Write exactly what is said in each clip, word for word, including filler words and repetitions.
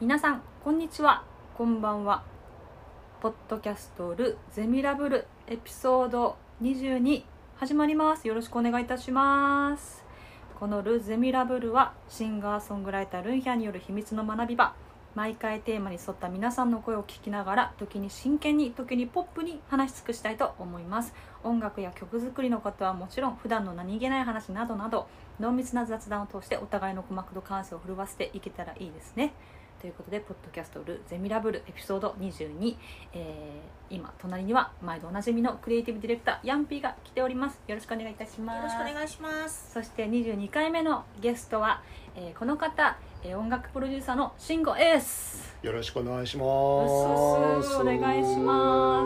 皆さんこんにちは、こんばんは。ポッドキャストルゼミラブルエピソードにじゅうに始まります。よろしくお願いいたします。このルゼミラブルはシンガーソングライタールンヒャンによる秘密の学び場。毎回テーマに沿った皆さんの声を聞きながら、時に真剣に時にポップに話し尽くしたいと思います。音楽や曲作りのことはもちろん、普段の何気ない話などなど濃密な雑談を通してお互いの鼓膜と感性を震わせていけたらいいですね。ということで、ポッドキャストルゼミラブルエピソードにじゅうに、えー、今隣には毎度おなじみのクリエイティブディレクターヤンピーが来ております。よろしくお願いいたします。 よろしくお願いします。 そしてにじゅうにかいめのゲストは、えー、この方、えー、音楽プロデューサーの慎吾エース。 よろしくお願いします。 お願いします。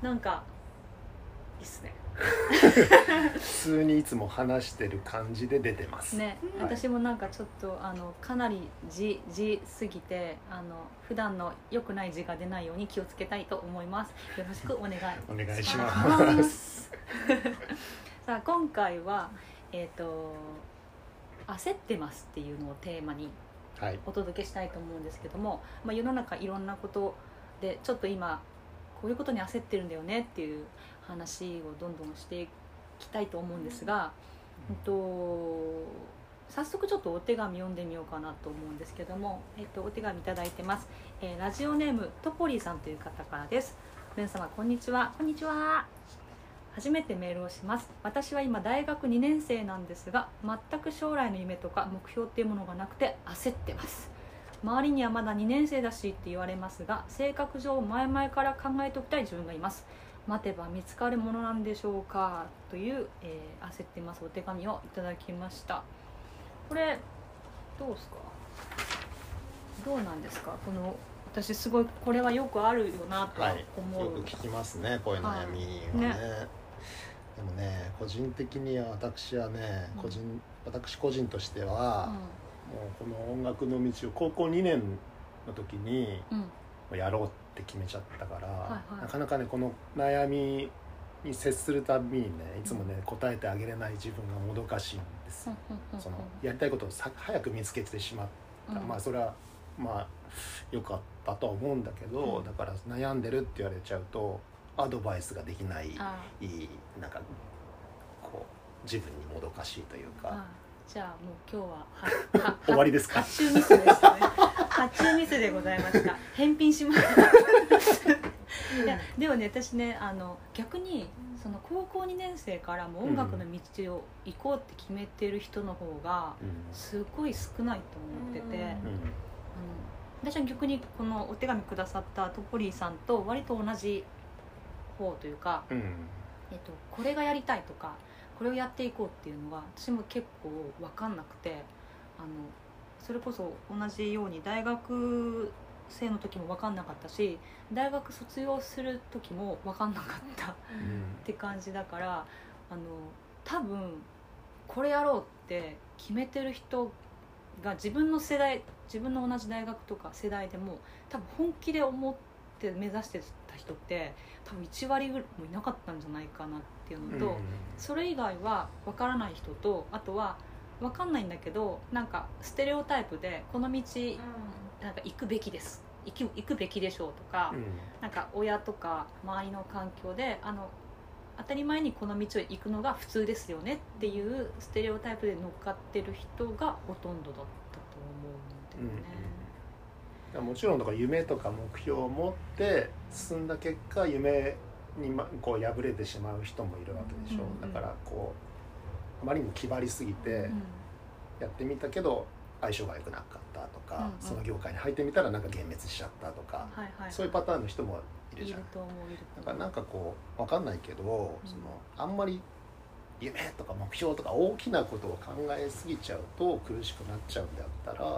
なんかいいっすね。 普通にいつも話してる感じで出てますね、 はい、 私もなんかちょっとあのかなり字字すぎて、あの普段の良くない字が出ないように気をつけたいと思います。よろしくお願いお願いしますさあ今回は、えーと焦ってますっていうのをテーマにお届けしたいと思うんですけども、まあ、世の中いろんなことでちょっと今こういうことに焦ってるんだよねっていう話をどんどんしていきたいと思うんですが、うん、と早速ちょっとお手紙読んでみようかなと思うんですけども、えっと、お手紙いただいてます、えー、ラジオネームトポリーさんという方からです。皆様こんにちは。 こんにちは。 初めてメールをします。私は今大学にねん生なんですが、全く将来の夢とか目標っていうものがなくて焦ってます。周りにはまだにねん生だしって言われますが、性格上前々から考えておきたい自分がいます。待てば見つかるものなんでしょうか、という、えー、焦ってますお手紙をいただきました。これどうですか？どうなんですか？この私すごいこれはよくあるよなと思う、 はい、よく聞きますね、こういう悩みはね、はい、ね。でもね、個人的には私はね、個人、うん、私個人としては、うん、もうこの音楽の道を高校にねんの時にやろうって決めちゃったから、うん、なかなかねこの悩みに接するたびにね、いつもね、うん、答えてあげれない自分がもどかしいんです、うん、そのやりたいことをさ早く見つけてしまった、うん、まあそれはまあ良かったとは思うんだけど、うん、だから悩んでるって言われちゃうとアドバイスができない、なんかこう自分にもどかしいというか。 じゃあもう今日はは終わりですか？ 発注ミスでしたね。発注ミスでございました。返品しましたいやでもね、私ね、あの逆にその高校にねん生からも音楽の道を行こうって決めてる人の方がすごい少ないと思ってて、うんうん、あの私は逆にこのお手紙くださったトポリーさんと割と同じ方というか、うん、えっと、これがやりたいとかこれをやっていこうっていうのが私も結構分かんなくて、あのそれこそ同じように大学生の時も分かんなかったし、大学卒業する時も分かんなかったって感じだから、あの多分これやろうって決めてる人が自分の世代、自分の同じ大学とか世代でも多分本気で思って目指してた人って多分いちわりぐらいもいなかったんじゃないかなっていうのと、うん、それ以外は分からない人と、あとは分かんないんだけどなんかステレオタイプでこの道なんか行くべきです、行く、行くべきでしょうとか、うん、なんか親とか周りの環境であの当たり前にこの道を行くのが普通ですよねっていうステレオタイプで乗っかってる人がほとんどだったと思うんだよね、 うん、もちろんだから夢とか目標を持って進んだ結果夢にこう破れてしまう人もいるわけでしょ、うん、だからこうあまりにも気張りすぎてやってみたけど相性が良くなかったとか、うんうん、その業界に入ってみたらなんか幻滅しちゃったとか、はいはいはい、そういうパターンの人もいるじゃん。いると思う、いると思う。だからなんかこう分かんないけど、うん、そのあんまり夢とか目標とか大きなことを考えすぎちゃうと苦しくなっちゃうんであったら、うん、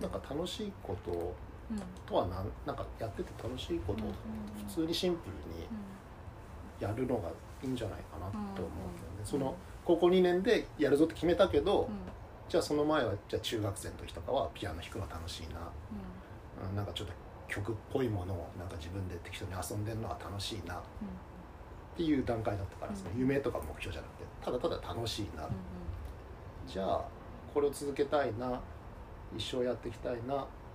なんか楽しいこととは 何, なんかやってて楽しいことを普通にシンプルにやるのがいいんじゃないかなと思うんだよね、うん、その高校にねんでやるぞって決めたけど、うん、じゃあその前はじゃあ中学生の時とかはピアノ弾くの楽しいな、うん、なんかちょっと曲っぽいものをなんか自分で適当に遊んでるのは楽しいなっていう段階だったから、その夢とか目標じゃなくてただただ楽しいな、うん、じゃあこれを続けたいな、一生やっていきたいなっ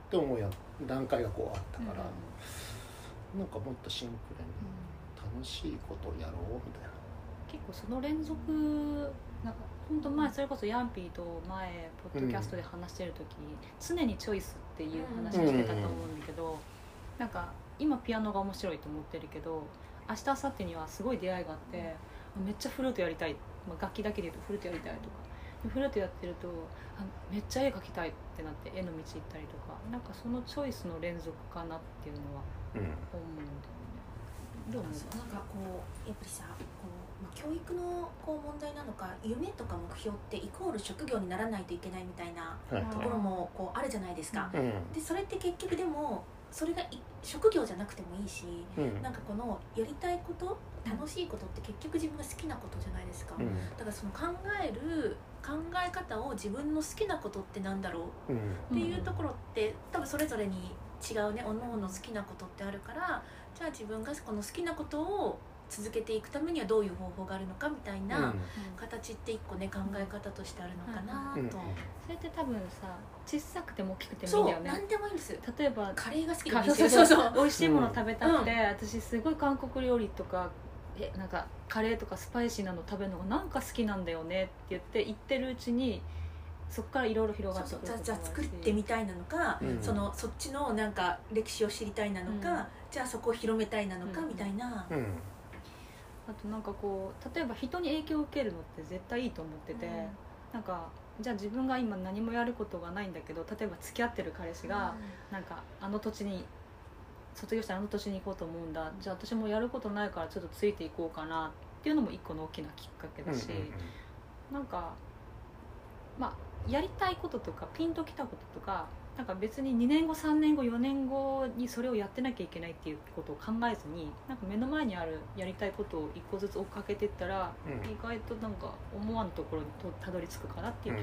って思うや段階がこうあったから、 うん、 なんかもっとシンプルに楽しいことをやろうみたいな。 結構その連続なんか本当前それこそヤンピーと前ポッドキャストで話してる時、うん、常にチョイスっていう話をしてたと思うんだけど、うん、なんか今ピアノが面白いと思ってるけど明日明後日にはすごい出会いがあって、うん、めっちゃフルートやりたい、まあ、楽器だけで言うとフルートやりたいとかフルートやってるとあめっちゃ絵描きたいってなって絵の道行ったりとかなんかそのチョイスの連続かなっていうのは思うんだよね、うん、どう思うかなんかこうやっぱりさこう、まあ、教育のこう問題なのか夢とか目標ってイコール職業にならないといけないみたいなところもこうあるじゃないですか、 うん、 でそれって結局でもそれが職業じゃなくてもいいし、うん、なんかこのやりたいこと楽しいことって結局自分が好きなことじゃないですか、うん、だからその考える考え方を自分の好きなことってなんだろう、うん、っていうところって多分それぞれに違うねおのおの好きなことってあるからじゃあ自分がこの好きなことを続けていくためにはどういう方法があるのかみたいな形って一個ね考え方としてあるのかなと、うんうん、それって多分さ小さくても大きくてもいいんだよね。 そう何でもいいんです。 例えばカレーが好きでもいいですよ。そうそうそう美味しいもの食べたくて、うん、私すごい韓国料理とかえなんかカレーとかスパイシーなの食べるのがなんか好きなんだよねって言って言ってるうちにそこからいろいろ広がってくる。 そうそうじゃあ作ってみたいなのか、うん、そのそっちのなんか歴史を知りたいなのか、うん、じゃあそこを広めたいなのか、うん、みたいな、うん、 あとなんかこう例えば人に影響を受けるのって絶対いいと思ってて、うん、なんかじゃあ自分が今何もやることがないんだけど例えば付き合ってる彼氏が、うん、なんかあの土地に卒業してあの土地に行こうと思うんだじゃあ私もやることないからちょっとついていこうかなっていうのも一個の大きなきっかけだし、うんうんうん、なんかまあやりたいこととかピンときたこととかなんか別ににねんごさんねんごよねんごにそれをやってなきゃいけないっていうことを考えずになんか目の前にあるやりたいことを一個ずつ追っかけていったら、うん、意外となんか思わぬところにとたどり着くかなっていう気が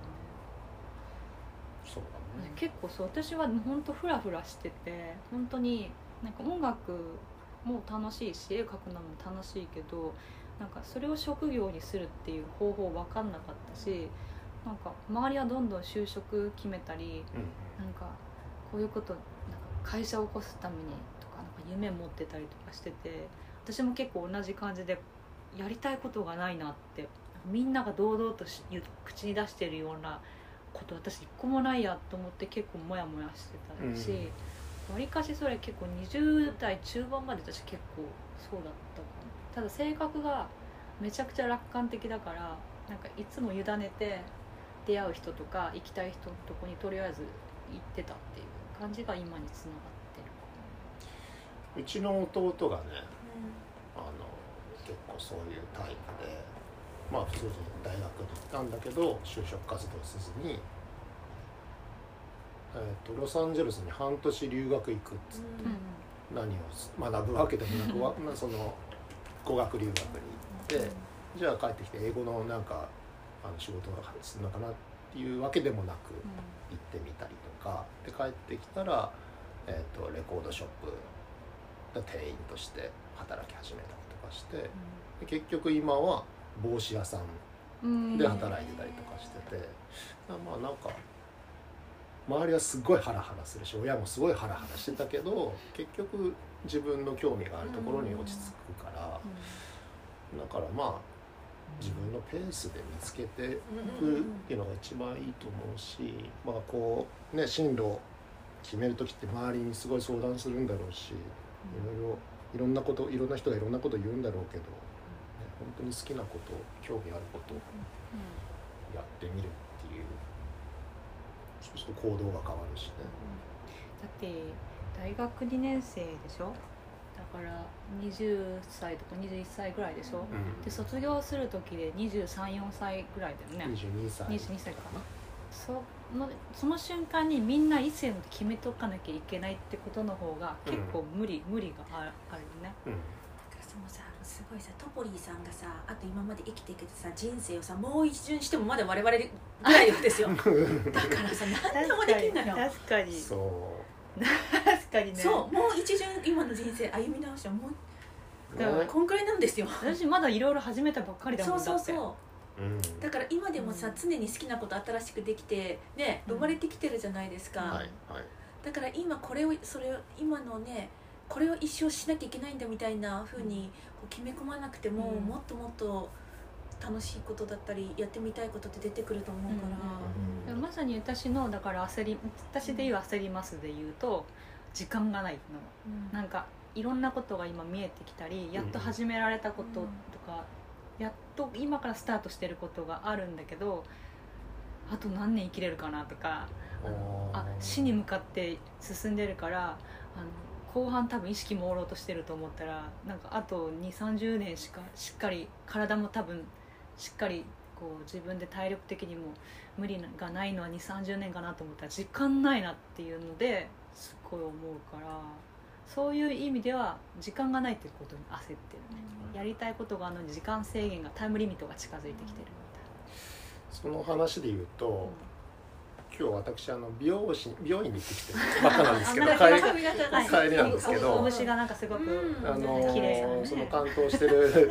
するよね、うん、そうだね。結構そう私は本当フラフラしてて本当になんか音楽も楽しいし絵描くのも楽しいけどなんかそれを職業にするっていう方法分かんなかったしなんか周りはどんどん就職決めたり、うん、なんかこういうことなんか会社を起こすためにとか、 なんか夢持ってたりとかしてて私も結構同じ感じでやりたいことがないなってみんなが堂々とし口に出してるようなこと私一個もないやと思って結構モヤモヤしてたし、わり、うん、かしそれ結構にじゅう代中盤まで私結構そうだったかな。ただ性格がめちゃくちゃ楽観的だからなんかいつも委ねて出会う人とか行きたい人のとこにとりあえず行ってたっていう感じが今につながってる。 うちの弟がね、うん、あの結構そういうタイプでまあ普通に大学に行ったんだけど就職活動せずに、えー、とロサンゼルスに半年留学行くっつって、うん、何を学ぶわけでもなくまあその語学留学に行って、うん、じゃあ帰ってきて英語のなんかあの仕事がするのかなっていうわけでもなく行ってみたりとか、うん、で帰ってきたら、えー、とレコードショップの店員として働き始めたりとかして、うん、で結局今は帽子屋さんで働いてたりとかしてて、うん、まあなんか周りはすごいハラハラするし親もすごいハラハラしてたけど結局自分の興味があるところに落ち着くから、うん、だからまあ自分のペースで見つけていくっていうのが一番いいと思うし、まあこうね進路決める時って周りにすごい相談するんだろうし、いろいろいろんなこといろんな人がいろんなこと言うんだろうけど、ね、本当に好きなこと興味あることをやってみるっていう、そうすると行動が変わるしね。 だって大学にねん生でしょ。だからにじゅっさいとかにじゅういっさいぐらいでしょ、うん、で卒業する時でにじゅうさん、よんさいぐらいだよね。 にじゅうにさいにじゅうにさいかな。そのその瞬間にみんな異性の決めとかなきゃいけないってことの方が結構無理、うん、無理があるよね、うん、 だからそのさすごいさトポリーさんがさあと今まで生きていけてさ人生をさもう一巡してもまだ我々ぐらいですよだからさ何でもできるのよ。 確かにそう確かにね。 そうもう一巡今の人生歩み直してもうだからこんくらいなんですよ。 私まだいろいろ始めたばっかりだもん。 そうそうそううん、だから今でもさ、うん、常に好きなこと新しくできてね、生まれてきてるじゃないですか、 はいはい、 だから今これをそれを今のねこれを一生しなきゃいけないんだみたいな風にこう決め込まなくても、うん、もっともっと楽しいことだったりやってみたいことって出てくると思うから、 うんうん、まさに私のだから焦り私で言う焦りますで言うと時間がないの、うん、なんかいろんなことが今見えてきたりやっと始められたこととか、うん、やっと今からスタートしてることがあるんだけどあと何年生きれるかなとかあ死に向かって進んでるからあの後半多分意識朦朧としてると思ったらなんかあとにじゅうさんじゅうねんしかしっかり体も多分しっかりこう自分で体力的にも無理がないのはにじゅうさんじゅうねんかなと思ったら時間ないなっていうのですごい思うからそういう意味では時間がないっていうことに焦ってるね、うん、やりたいことがあるのに時間制限がタイムリミットが近づいてきてるみたいな。 その話で言うと、うん今日私あの美容師美容院に行ってきてばっかなんですけど帰り帰りなんですけど、 虫がなんかすごくあの綺麗なね、その担当してる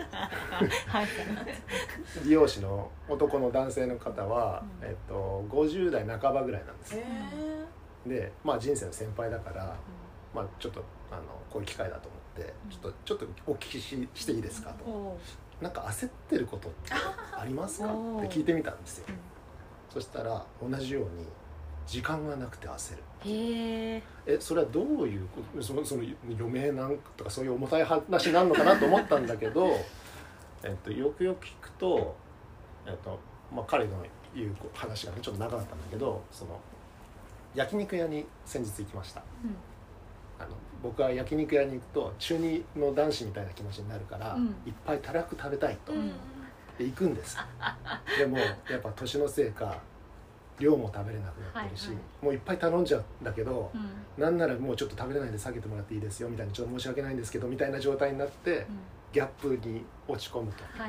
美容師の男の男性の方は、うんえっと、ごじゅうだいなかばぐらいなんですよ。で、まあ人生の先輩だから、うんまあ、ちょっとあのこういう機会だと思ってちょっとちょっとお聞き し, していいですかと、うん、なんか焦ってることってありますかって聞いてみたんですよ。そしたら同じように時間がなくて焦る。 へーえそれはどういうことそのその余命なんとかそういう重たい話なのかなと思ったんだけど、えっと、よくよく聞くと、えっとまあ、彼の言う話がねちょっと長かったんだけどその焼肉屋に先日行きました、うん、あの僕は焼肉屋に行くと中二の男子みたいな気持ちになるから、うん、いっぱいたらふく食べたいと、うんで行くんですでもやっぱ年のせいか量も食べれなくなってるし、はいはい、もういっぱい頼んじゃうんだけど、うん、なんならもうちょっと食べれないんで下げてもらっていいですよみたいなちょっと申し訳ないんですけどみたいな状態になって、うん、ギャップに落ち込むと、はいはい、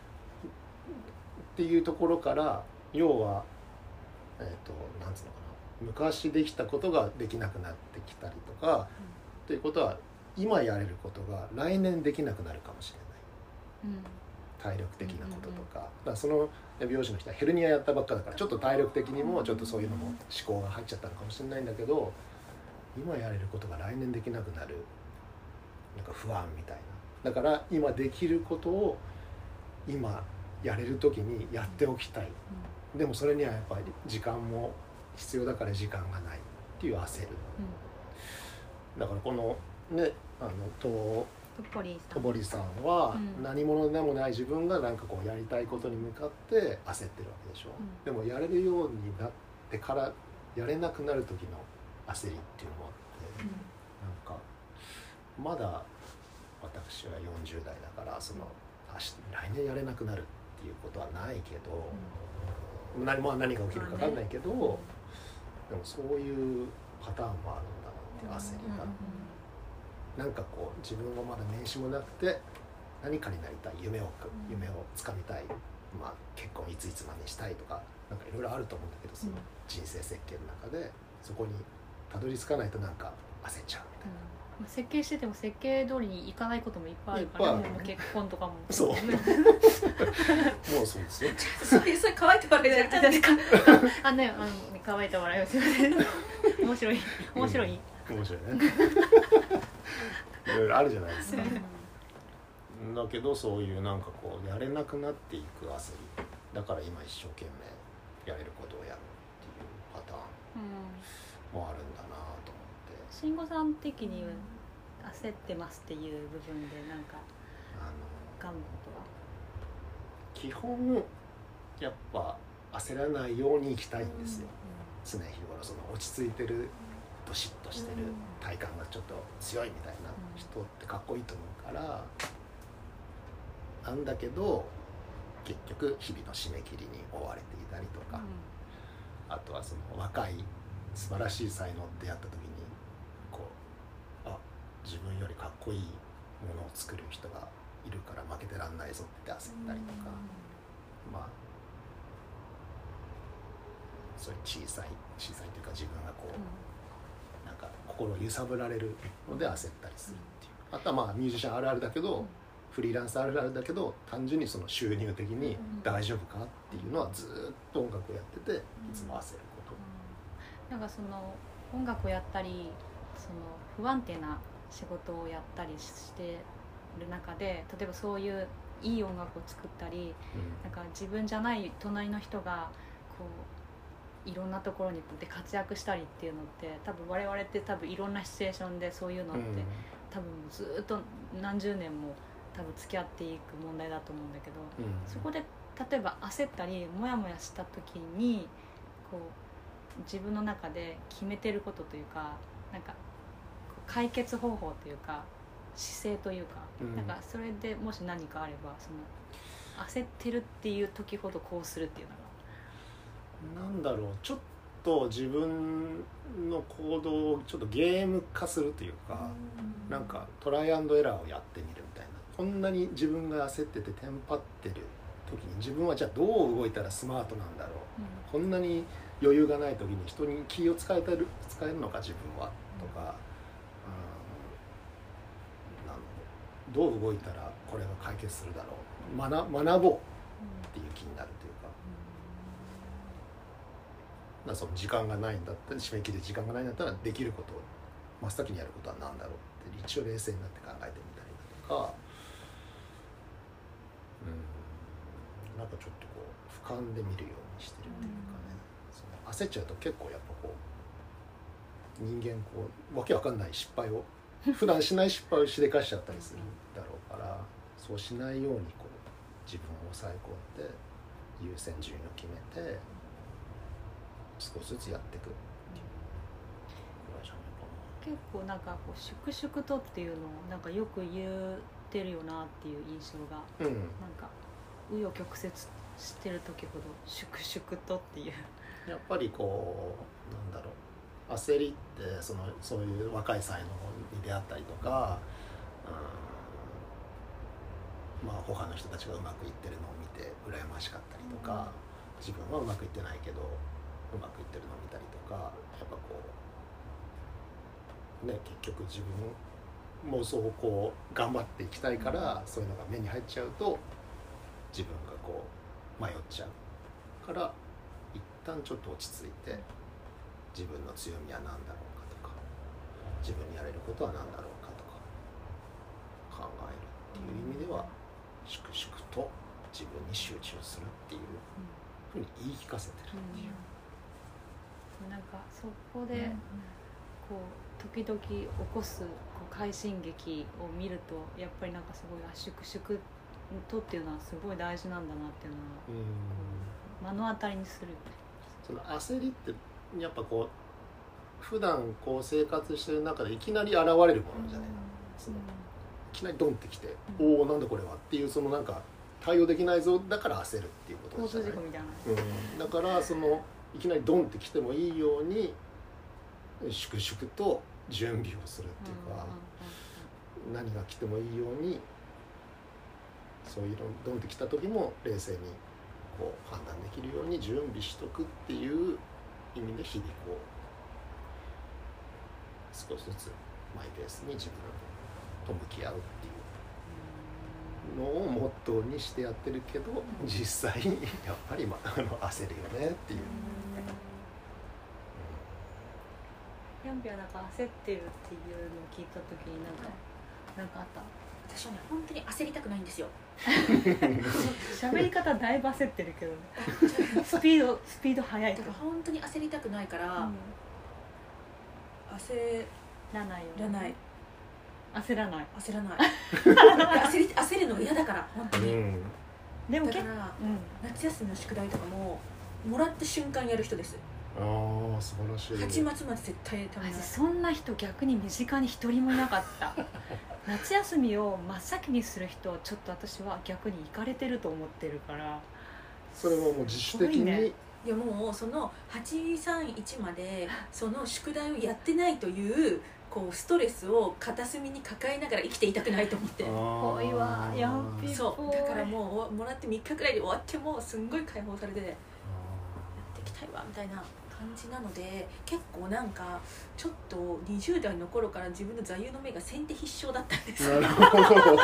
っていうところから要は、えーと、なんつうのかな昔できたことができなくなってきたりとか、うん、ということは今やれることが来年できなくなるかもしれない、うん体力的なこととか、だからその美容師の人はヘルニアやったばっかだからちょっと体力的にもちょっとそういうのも思考が入っちゃったのかもしれないんだけど今やれることが来年できなくなるなんか不安みたいなだから今できることを今やれる時にやっておきたいでもそれにはやっぱり時間も必要だから時間がないっていう焦るだからこのねあのととぼりさんは何者でもない自分がなんかこうやりたいことに向かって焦ってるわけでしょ、うん、でもやれるようになってからやれなくなる時の焦りっていうのもあって、うん、なんかまだ私はよんじゅうだいだからその来年やれなくなるっていうことはないけど、うん、何, も何が起きるか分かんないけど、まあね、でもそういうパターンもあるんだなって焦りが、うんうんなんかこう自分はまだ年始もなくて何かになりたい夢を夢をつかみたい、まあ、結婚いついつまでにしたいとかなんかいろいろあると思うんだけどその人生設計の中でそこにたどり着かないとなんか焦っちゃうみたいな、 うん、設計してても設計通りにいかないこともいっぱいあるからね結婚とかもそうもうそうですよそういうそういう乾いた笑いじゃなくてあねあの乾いた笑いをすいません面白い面白い、 うん、面白いねいろいろあるじゃないですか、うん、だけどそういうなんかこうやれなくなっていく焦りだから今一生懸命やれることをやるっていうパターンもあるんだなと思って慎吾さん的に焦ってますっていう部分でなんか頑張ることは基本やっぱ焦らないように生きたいんですよ、うんうん、常日頃その落ち着いてるドシッとしてる体感がちょっと強いみたいな人ってかっこいいと思うからなんだけど結局日々の締め切りに追われていたりとか、うん、あとはその若い素晴らしい才能に出会った時にこうあ自分よりかっこいいものを作る人がいるから負けてらんないぞって焦ったりとか、うん、まあそういう小さい小さいというか自分がこう、うんなんか心を揺さぶられるので焦ったりするっていうあとはまあミュージシャンあるあるだけど、うん、フリーランスあるあるだけど単純にその収入的に大丈夫かっていうのはずっと音楽をやってていつも焦ること、 うん、なんかその音楽をやったりその不安定な仕事をやったりしてる中で、例えばそういういい音楽を作ったり、うん、なんか自分じゃない隣の人がこういろんなところにで活躍したりっていうのって、多分我々って多分いろんなシチュエーションでそういうのって、うん、多分ずっと何十年も多分付き合っていく問題だと思うんだけど、うん、そこで例えば焦ったりモヤモヤした時にこう自分の中で決めてることというか、なんか解決方法というか姿勢というか、うん、なんかそれでもし何かあれば、その焦ってるっていう時ほどこうするっていうのがなんだろう、ちょっと自分の行動をちょっとゲーム化するというか、うん、なんかトライアンドエラーをやってみるみたいな。こんなに自分が焦っててテンパってる時に自分はじゃあどう動いたらスマートなんだろう、うん、こんなに余裕がない時に人に気を使えてる使えるのか自分はとか、うん、どう動いたらこれが解決するだろう、学、学ぼうっていう気になるというか、うん、だからその時間がないんだったら、締め切りで時間がないんだったらできることを真っ先にやることは何だろうって一応冷静になって考えてみたりだとか、うん、なんかちょっとこう俯瞰で見るようにしてるっていうかね、うん、その焦っちゃうと結構やっぱこう人間こうわけわかんない失敗を普段しない失敗をしでかしちゃったりするだろうから、そうしないようにこう自分を抑え込んで優先順位を決めて少しずつやっていくっていうぐらいじゃないかな。 結構なんかこう粛々とっていうのをなんかよく言ってるよなっていう印象が、うん、なんか紆余曲折してる時ほど粛々とっていうやっぱりこうなんだろう、焦りってそのそういう若い才能に出会ったりとか、うん、まあ他の人たちがうまくいってるのを見て羨ましかったりとか、うん、自分はうまくいってないけどうまくいってるのを見たりとか、やっぱこうね、結局自分もそうこう頑張っていきたいから、そういうのが目に入っちゃうと自分がこう迷っちゃうから一旦ちょっと落ち着いて自分の強みは何だろうかとか自分にやれることは何だろうかとか考えるっていう意味では粛々と自分に集中するっていうふうに言い聞かせてるっていう、 うん、なんかそこでこう時々起こすこう快進撃を見るとやっぱりなんかすごい粛々とっていうのはすごい大事なんだなっていうのは目の当たりにする。 その焦りってやっぱこう普段こう生活してる中でいきなり現れるものじゃない、そのいきなりドンってきて、うん、おおなんだこれはっていうそのなんか対応できないぞだから焦るっていうことじゃない。 交通事故みたいな、 うん、だからそのいきなりドンってきてもいいように粛々と準備をするっていうか、うん、何が来てもいいようにそういうのドンってきた時も冷静にこう判断できるように準備しとくっていう意味で日々こう少しずつマイペースに自分と向き合うっていうのをモットーにしてやってるけど、実際にやっぱり、まあ、あの焦るよねっていう。 ヤンピはなんか焦ってるっていうのを聞いた時になんかなんかあった？ 私はね本当に焦りたくないんですよ。 喋り方だいぶ焦ってるけどね。スピードスピード速いとだから本当に焦りたくないから、うん、焦らないよ、 ね、らない焦らない焦らない焦り焦るのが嫌だから本当に、うん、でもだから、うん、夏休みの宿題とかももらった瞬間やる人です。 ああ素晴らしい。 はちがつまで絶対食べない。 そんな人逆に身近に一人もいなかった。夏休みを真っ先にする人はちょっと私は逆にイカれてると思ってるから。 それはもう自主的に、ね、 いやもうそのはちさんいちまでその宿題をやってないというこうストレスを片隅に抱えながら生きていたくないと思って。 ぽいわヤンピ。 そうだからもうもらってみっかくらいで終わってもすんごい解放されてやっていきたいわみたいな感感じなので、結構なんかちょっとにじゅう代の頃から自分の座右の銘が先手必勝だったんですよ。 なるほど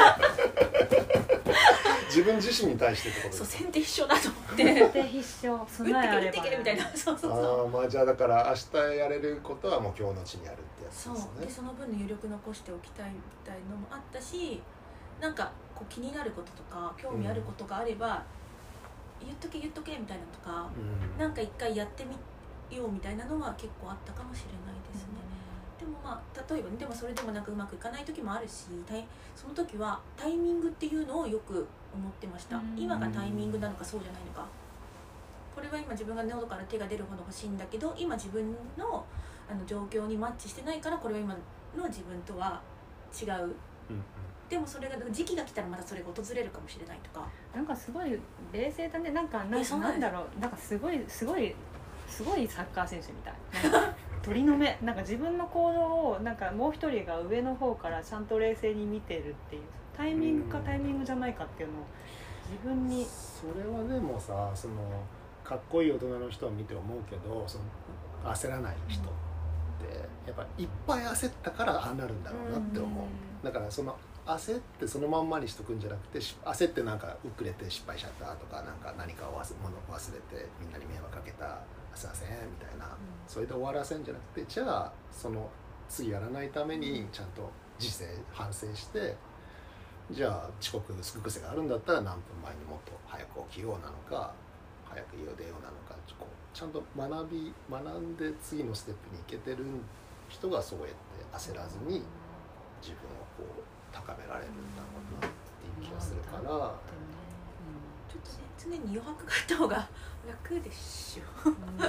自分自身に対してってことですか。 そう、先手必勝だと思って先手必勝、備えあれば、ね、 打ってけ打ってけるみたいな。そうそうそう。 ああ、まあじゃあだから明日やれることはもう今日のうちにやるってやつですね。 そうで、その分の余力残しておきたいみたいのもあったし、なんかこう気になることとか興味あることがあれば、うん、言っとけ言っとけみたいなのとか、うん、なんか一回やってみようみたいなのは結構あったかもしれないですね、うん、でもまあ例えばね、でもそれでもなんかうまくいかない時もあるし、その時はタイミングっていうのをよく思ってました、うん、今がタイミングなのかそうじゃないのか、これは今自分が喉から手が出るほど欲しいんだけど、今自分のあの状況にマッチしてないから、これは今の自分とは違う、うんうん、でもそれが時期が来たらまたそれが訪れるかもしれないとか。 なんかすごい冷静だね。なんかな、なんだろう、なんかすごいすごいすごいサッカー選手みたいな。鳥の目、なんか自分の行動をなんかもう一人が上の方からちゃんと冷静に見てるっていう、タイミングかタイミングじゃないかっていうのを自分に。 それはでもさ、そのかっこいい大人の人を見て思うけど、その焦らない人ってやっぱいっぱい焦ったからああなるんだろうなって思う。だからその焦ってそのまんまにしとくんじゃなくて、焦ってなんか遅れて失敗しちゃったとか、なんか何かを忘れ物を忘れてみんなに迷惑かけた、すいませんみたいな、うん、それで終わらせるんじゃなくて、じゃあその次やらないためにちゃんと自制反省して、じゃあ遅刻する癖があるんだったら何分前にもっと早く起きようなのか、早く家を出ようなのか、こうちゃんと学び学んで次のステップに行けてる人がそうやって焦らずに自分をこう高められるんだろうなっていう気がするから、うん、 ちょっとね、常に余白があった方が楽でしょ、うん、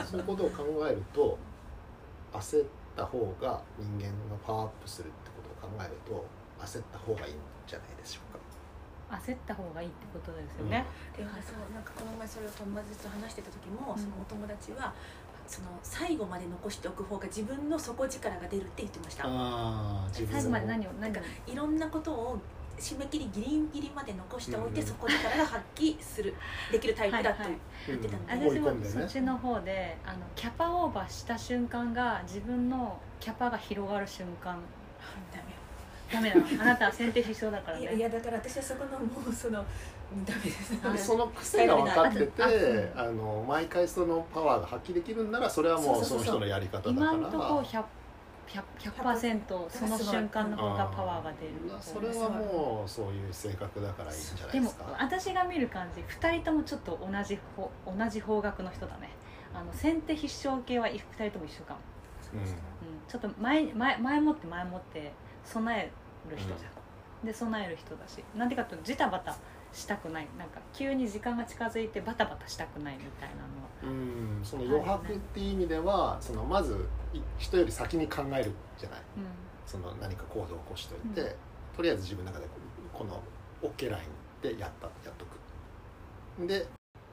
そういうことを考えると焦った方が人間がパワーアップするってことを考えると焦った方がいいんじゃないでしょうか。 焦った方がいいってことですよね、 うん、でもそう、なんかこの前それを友達と話してた時も、うん、そのお友達はその最後まで残しておく方が自分の底力が出るって言ってました。 あ、自分最後まで何を何かいろんなことを締め切りギリギリまで残しておいて、うん、底力が発揮するできるタイプだと言ってたので、 はいはい、うん、私もそっちの方で、あのキャパオーバーした瞬間が自分のキャパが広がる瞬間。ダメだあなたは先手必勝だからね。いや、 いやだから私はそこのもうそのダメです。 その癖が分かってて、あの毎回そのパワーが発揮できるんなら、それはもうその人のやり方だから。 今のところ ひゃくパーセント その瞬間の方がパワーが出る。 それはもうそういう性格だからいいんじゃないですか。 でも私が見る感じ、ふたりともちょっと同じ方同じ方角の人だね。あの先手必勝系はふたりとも一緒かも。うんうん、ちょっと前前前もって前もって備える人じゃん、うん、で備える人だし、なんでかというとジタバタしたくない、なんか急に時間が近づいてバタバタしたくないみたいなのは、 うん、その余白っていう意味では、そのまず人より先に考えるじゃない、うん、その何か行動を起こしといて、うん、とりあえず自分の中でこの OK ラインでやったやっとくで、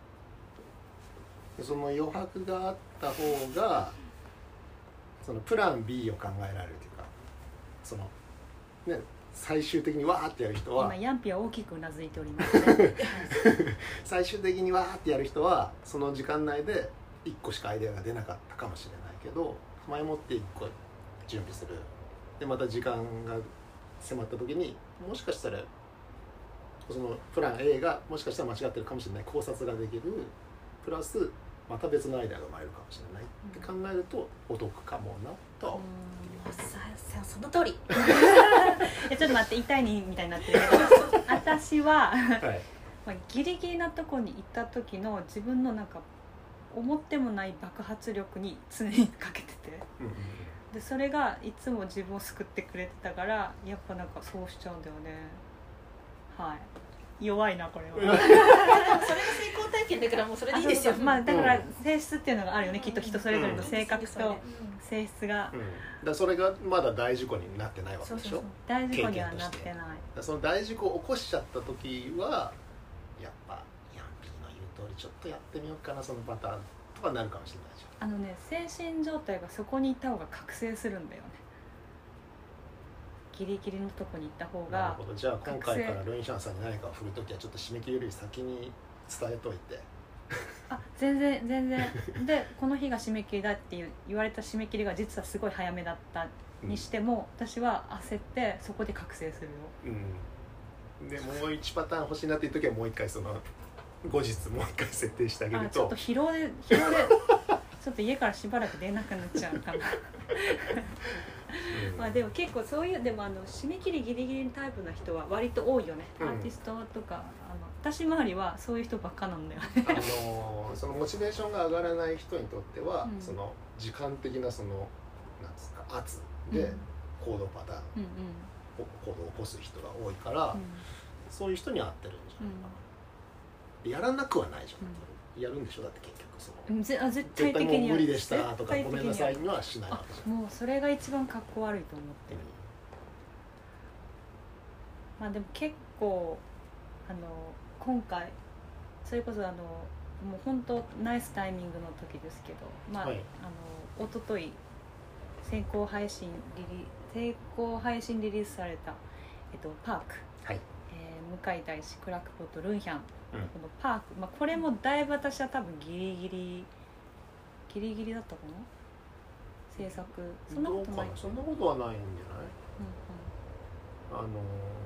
その余白があった方がそのプラン B を考えられるというか、そのね、最終的にわーってやる人は今ヤンピは大きくうなずいておりますね最終的にわーってやる人はその時間内でいっこしかアイデアが出なかったかもしれないけど、前もっていっこ準備する、でまた時間が迫った時にもしかしたらそのプラン A がもしかしたら間違ってるかもしれない、考察ができるプラスまた別のアイデアが生まれるかもしれないって考えるとお得かもなとは思ってます。 その通りちょっと待って、痛いにみたいになってるけど私は、はい、まあ、ギリギリなとこに行った時の自分のなんか思ってもない爆発力に常にかけてて、うんうん、でそれがいつも自分を救ってくれてたから、やっぱなんかそうしちゃうんだよね。はい、弱いなこれはそれが成功体験だからもうそれでいいですよ。 まあ、だから性質っていうのがあるよね、うん、きっと人それぞれの性格と性質が、 うんうん、だそれがまだ大事故になってないわけでしょ。そうそうそう、 大事故にはなってない。 だその大事故を起こしちゃった時はやっぱヤンピーの言う通りちょっとやってみようかなそのパターンとかなるかもしれないじゃん。あのね、精神状態がそこにいた方が覚醒するんだよね。ギリギリのとこに行った方が。 なるほど。じゃあ今回からルインシャンさんに何かを振るときはちょっと締め切りより先に伝えといてあ全然全然でこの日が締め切りだっていう言われた締め切りが実はすごい早めだったにしても、うん、私は焦ってそこで覚醒するよ、 うん、でもういちパターン欲しいなっていう時はもう一回その後日もう一回設定してあげると、 あちょっと疲労で疲労でちょっと家からしばらく出なくなっちゃうかなまあでも結構そういうでもあの締め切りギリギリタイプな人は割と多いよね、うん、アーティストとかあの私周りはそういう人ばっかなんだよねあのそのモチベーションが上がらない人にとっては、うん、その時間的なそのなんですか圧で行動パターン、うんうん、行動を起こす人が多いから、うん、そういう人に合ってるんじゃないかな、うん、やらなくはないじゃん、うん、やるんでしょだって結局そのぜあ絶対的に絶対もう無理でしたとかごめんなさいにはしないわけじゃん。 もうそれが一番かっこ悪いと思ってる、うん、まあでも結構あの今回それこそあのもう本当ナイスタイミングの時ですけど、まあ、はい、あの一昨日先行配信リリ先行配信リリースされた、えっと、パーク、はい、えー、向井大志クラックポットルンヒャン、うん、このパーク、まあ、これもだいぶ私は多分ギリギリギリギリだったかな制作そんなことないそんなことはないんじゃない、うんうん、あの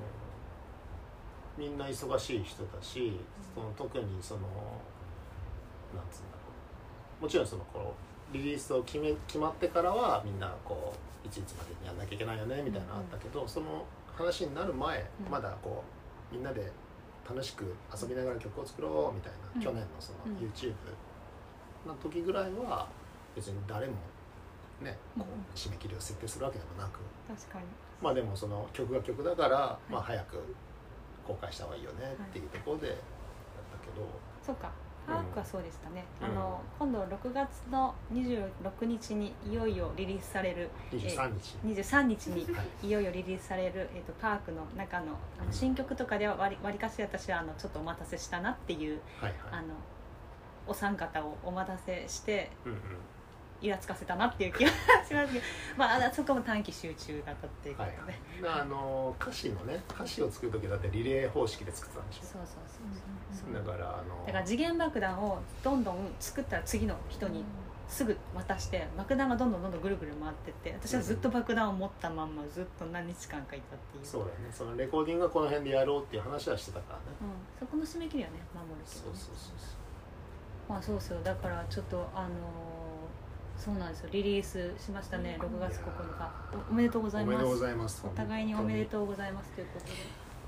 みんな忙しい人だし、うん、その特にそのなんつうんだろうもちろんそのこうリリースを決め決まってからはみんなこういついつまでにやんなきゃいけないよねみたいなのあったけど、うんうん、その話になる前、うん、まだこうみんなで楽しく遊びながら曲を作ろうみたいな、うん、去年のその YouTube の時ぐらいは別に誰もねこう締め切りを設定するわけでもなく、 確かにまあでもその曲が曲だから、はい、まあ早く公開した方がいいよねっていうところでやったけど、はい、 そうかパークはそうでしたね、うん、あの今度ろくがつのにじゅうろくにちにいよいよリリースされるにじゅうさんにち、 えー、にじゅうさんにちにいよいよリリースされる、えー、とパークの中の、あの新曲とかではわり、わりかし私はあのちょっとお待たせしたなっていう、はいはい、あのお三方をお待たせして、うんうん、イラつかせたなっていう気がしますけど、まあ、そこも短期集中型っていうことで、 はいはい、あの歌詞のね歌詞を作る時だってリレー方式で作ってたんでしょ。 そうそうそうそう、 だからあのだから次元爆弾をどんどん作ったら次の人にすぐ渡して爆弾がどんどんどんどんぐるぐる回ってって私はずっと爆弾を持ったまんまずっと何日間かいたっていう、 そうだよねそのレコーディングがこの辺でやろうっていう話はしてたからね、 うん、そこの締め切りはね守るけど、ね、 そうそうそうそうまあそうそうだからちょっとあのーそうなんですよリリースしましたねろくがつここのか お, おめでとうございます。 おめでとうございますお互いにおめでとうございますということで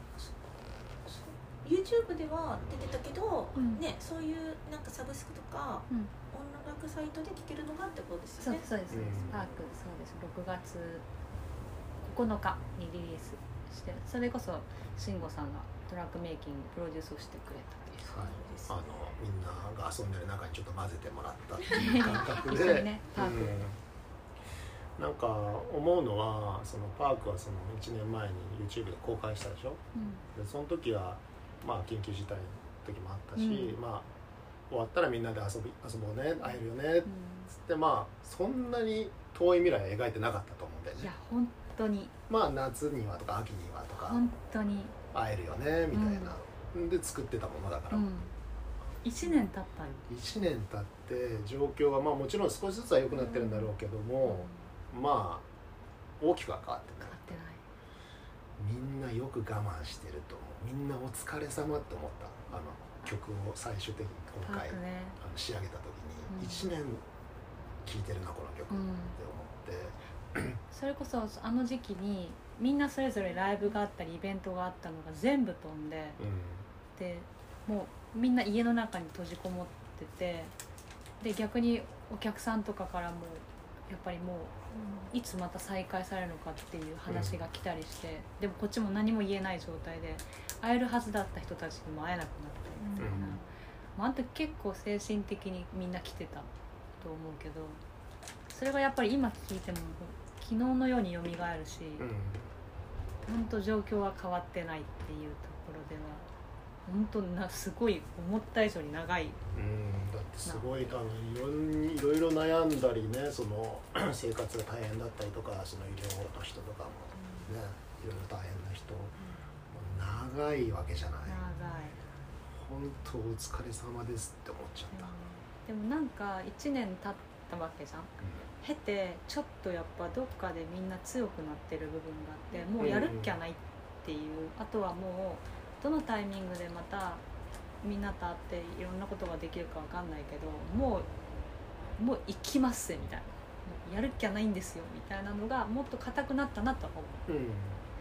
YouTube では出てたけど、うん、ねそういうなんかサブスクとか、うん、音楽サイトで聴けるのがってことですよね。 そうそうですそうです、うん、パークそうですろくがつここのかにリリースしてそれこそ慎吾さんがトラックメイキングプロデュースをしてくれたっていう、 はい、あのみんなが遊んでる中にちょっと混ぜてもらったっていう感覚で一緒にねパーク、うん、なんか思うのはそのパークはそのいちねんまえに YouTube で公開したでしょ、うん、でその時はまあ緊急事態の時もあったし、うん、まあ終わったらみんなで遊び遊ぼうね会えるよねっつって、うん、まあそんなに遠い未来は描いてなかったと思うんだよね。 いや本当にまあ夏にはとか秋にはとか本当に会えるよねみたいな、うん、で作ってたものだから、うん、 いちねん経ったよいちねん経って状況はまあもちろん少しずつは良くなってるんだろうけども、うん、まあ大きくは変わってない。 変わってない。 みんなよく我慢してると思う。みんなお疲れ様って思った。あの曲を最終的に今回、ね、あの仕上げた時にいちねん聴いてるなこの曲って思って、 うん、それこそあの時期にみんなそれぞれライブがあったりイベントがあったのが全部飛んで、うん、でもうみんな家の中に閉じこもっててで逆にお客さんとかからもやっぱりもういつまた再開されるのかっていう話が来たりして、うん、でもこっちも何も言えない状態で会えるはずだった人たちにも会えなくなったりみたいな、うんまあ、あの時結構精神的にみんな来てたと思うけどそれがやっぱり今聞いても昨日のように蘇るし、うん、本当状況は変わってないっていうところでは本当なすごい思った以上に長い。 うんだってすごいあのいろいろ悩んだりねその生活が大変だったりとかその医療の人とかもね、うん、いろいろ大変な人、うん、長いわけじゃない。 長い。 本当お疲れ様ですって思っちゃった。 うんでもなんかいちねん経ったわけじゃん、経てちょっとやっぱどっかでみんな強くなってる部分があって、もうやるっきゃないっていう、あとはもうどのタイミングでまたみんなと会っていろんなことができるかわかんないけど、もうもう行きますみたいな、やるっきゃないんですよみたいなのがもっと硬くなったなとは思う、うん、だ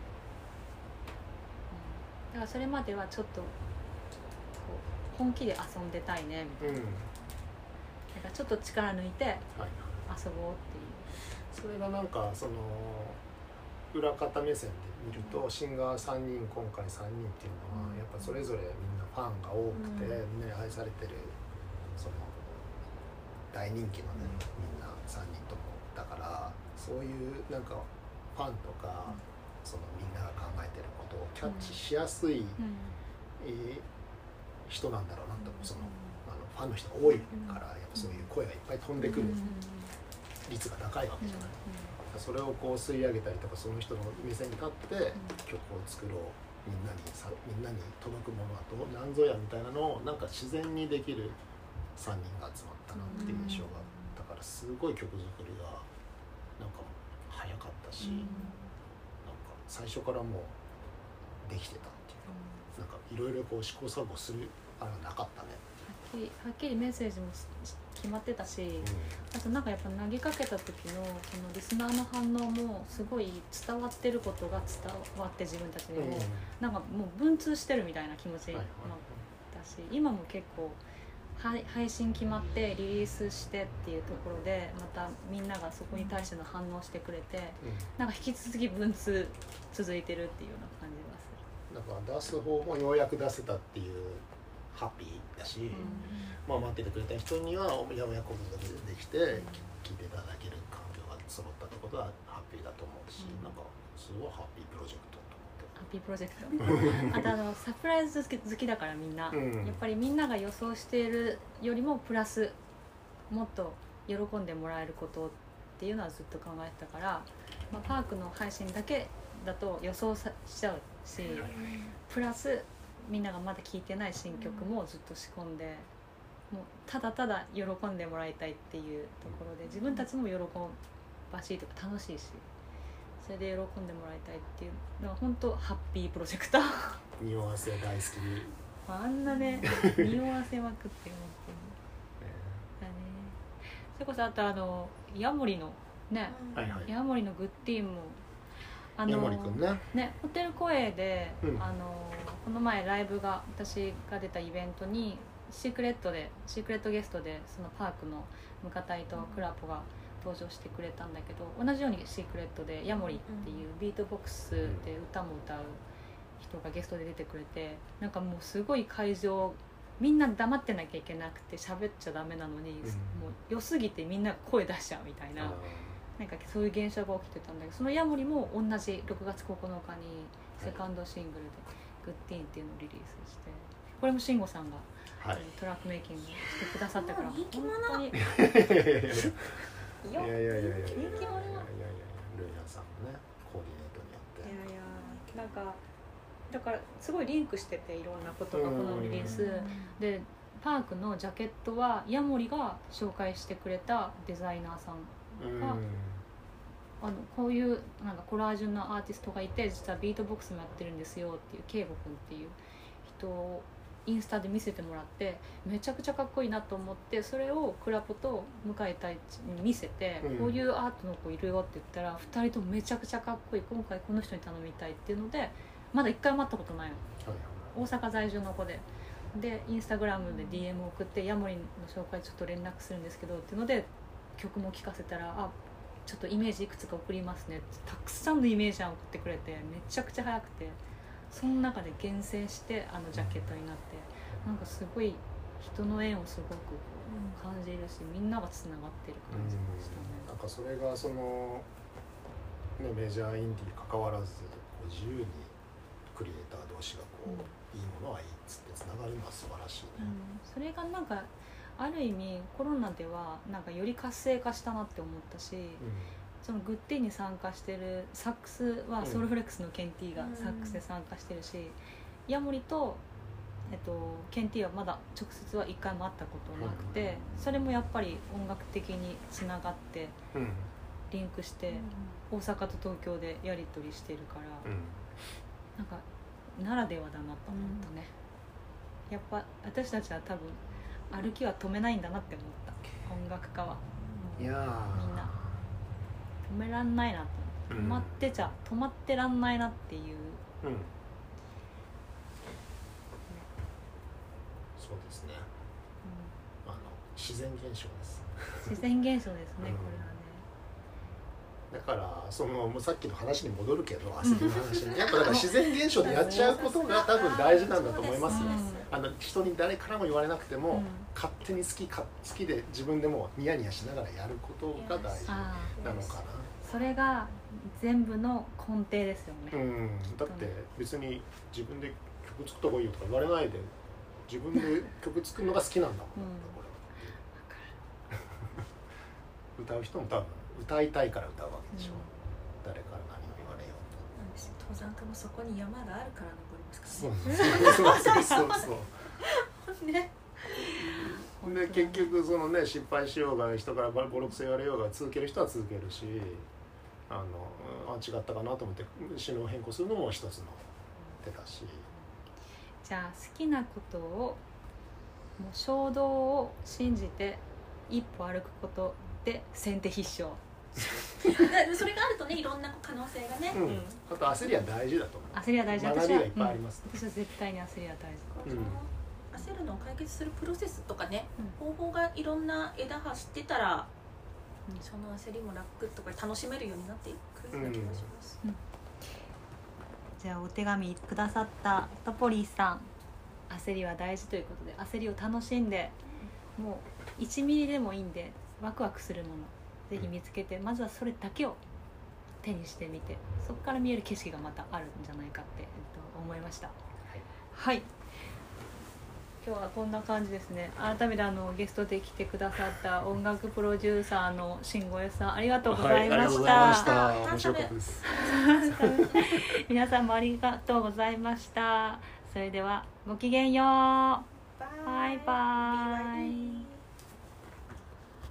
からそれまではちょっとこう本気で遊んでたいねみたいな、うん、だからちょっと力抜いて遊ぼうっていう、 それがなんかその裏方目線で見ると、シンガーさんにん、今回さんにんっていうのはやっぱそれぞれみんなファンが多くて、みんなに愛されてるその大人気のね、みんなさんにんともだから、そういうなんかファンとかそのみんなが考えてることをキャッチしやすい、えー、人なんだろうなと思う。そのあのファンの人が多いからやっぱそういう声がいっぱい飛んでくる率が高いわけじゃない。それをこう吸い上げたりとか、その人の目線に立って曲を作ろう、みんなにさみんなに届くものはどうなんぞやみたいなのをなんか自然にできるさんにんが集まったなっていう印象があったから、すごい曲作りがなんか早かったし、なんか最初からもうできてたっていうか、なんかいろいろこう試行錯誤するあれはなかったね。 はっきり、はっきりメッセージも決まってたし、うん、あとなんかやっぱ投げかけた時のそのリスナーの反応もすごい伝わってることが伝わって、自分たちにも、うん、なんかもう文通してるみたいな気持ちになったし、今も結構配信決まってリリースしてっていうところでまたみんながそこに対しての反応してくれて、うん、なんか引き続き文通続いてるっていうような感じがする。 だから出す方もようやく出せたっていうハッピーだし、うん、まあ、待っててくれた人にはようやくことができて、うん、聞いていただける環境が揃ったってことはハッピーだと思うし、うん、なんかすごいハッピープロジェクトと思って。 ハッピープロジェクトあとあのサプライズ好きだからみんな、うん、やっぱりみんなが予想しているよりもプラスもっと喜んでもらえることっていうのはずっと考えてたから、まあ、パークの配信だけだと予想さしちゃうし、プラスみんながまだ聴いてない新曲もずっと仕込んで、もうただただ喜んでもらいたいっていうところで、自分たちも喜ばしいとか楽しいし、それで喜んでもらいたいっていうのは本当ハッピープロジェクター匂わせ大好きあんなね匂わせまくって思ってるだね。それこそあとあのヤモリのね、はいはい、ヤモリのグッティーンもあのヤモリくんねね、ホテルコエで、うん、あのこの前ライブが私が出たイベントにシークレットでシークレットゲストでそのパークのムカタイとクラポが登場してくれたんだけど、同じようにシークレットでヤモリっていうビートボックスで歌も歌う人がゲストで出てくれて、なんかもうすごい会場みんな黙ってなきゃいけなくて喋っちゃダメなのに、うん、もう良すぎてみんな声出しちゃうみたいな、なんかそういう現象が起きてたんだけど、そのヤモリも同じろくがつここのかにセカンドシングルでグッティーンっていうのをリリースして、これも慎吾さんが、はい、トラックメイキングしてくださったから、 人気者本当にいやいやいやいやいやいやいやいやいやルイヤさんのねコーディネートによって、 いやいやなんかだからすごいリンクしてて、いろんなことがこのリリースで、パークのジャケットはヤモリが紹介してくれたデザイナーさんが、あのこういうなんかコラージュのアーティストがいて、実はビートボックスもやってるんですよっていう圭吾君っていう人をインスタで見せてもらって、めちゃくちゃかっこいいなと思って、それをクラポと向井太一に見せて、うん、こういうアートの子いるよって言ったらふたりともめちゃくちゃかっこいい、今回この人に頼みたいっていうので、まだいっかいも会ったことないの、はい、大阪在住の子ででインスタグラムで ディーエム 送って、ヤモリの紹介ちょっと連絡するんですけどっていうので曲も聴かせたら、あちょっとイメージいくつか送りますねってたくさんのイメージを送ってくれて、めちゃくちゃ早くて、その中で厳選してあのジャケットになって、なんかすごい人の縁をすごく感じるし、みんながつながってる感じでしたね。 なんかそれがその、ね、メジャーインディーに関わらず自由にクリエイター同士がこう、うん、いいものはいいっつってつながるのは素晴らしいね、 うん、それがなんかある意味コロナではなんかより活性化したなって思ったし、うん、そのグッティに参加してるサックスはソウルフレックスのケンティがサックスで参加してるし、うん、ヤモリとえっと、ケンティーはまだ直接は一回も会ったことなくて、それもやっぱり音楽的につながってリンクして大阪と東京でやり取りしてるから、なんかならではだなと思ったね。やっぱ私たちは多分歩きは止めないんだなって思った。音楽家は、 いやみんな止めらんないなと思って、止まってちゃ止まってらんないなっていう、 うん、そうですね、うん、あの自然現象です。 自然現象ですね、うん、これはね。 だからそのさっきの話に戻るけど、焦りの話にやっぱだから自然現象でやっちゃうことが多分大事なんだと思いますよ。あの人に誰からも言われなくても、うん、勝手に好きか好きで自分でもニヤニヤしながらやることが大事なのかな。 それが全部の根底ですよね。 うん、だって別に自分で曲作った方がいいよとか言われないで自分で曲作るのが好きなんだもん、うん、これ歌う人も多分歌いたいから歌うわけでしょ、うん、誰から何を言われようと。 登山家もそこに山があるから登りますからね。そうそうそうそうね。 で結局そのね失敗しようが人からボロクソ言われようが続ける人は続けるし、あのあ違ったかなと思って指導変更するのも一つの手だし。 じゃあ好きなことをもう衝動を信じて一歩歩くことで先手必勝。 それがあるとね、いろんな可能性がね、 うん、あと焦りは大事だと思う。 焦りは大事。 学びがいっぱいあります、 うん、私は絶対に焦りは大事、 うん、焦るのを解決するプロセスとかね、うん、方法がいろんな枝葉知ってたら、うん、その焦りも楽とか楽しめるようになっていくような気がします、うんうん。 じゃあお手紙くださったトポリーさん、焦りは大事ということで焦りを楽しんで、もういちミリでもいいんでワクワクするものぜひ見つけて、まずはそれだけを手にしてみて、そこから見える景色がまたあるんじゃないかって、えっと、思いました。はい、はい、今日はこんな感じですね。改めてあのゲストで来てくださった音楽プロデューサーの慎吾江さん、ありがとうございました。はい、ありがとうございました。 面白かったです。 皆さんもありがとうございました。それではごきげんよう。バイ。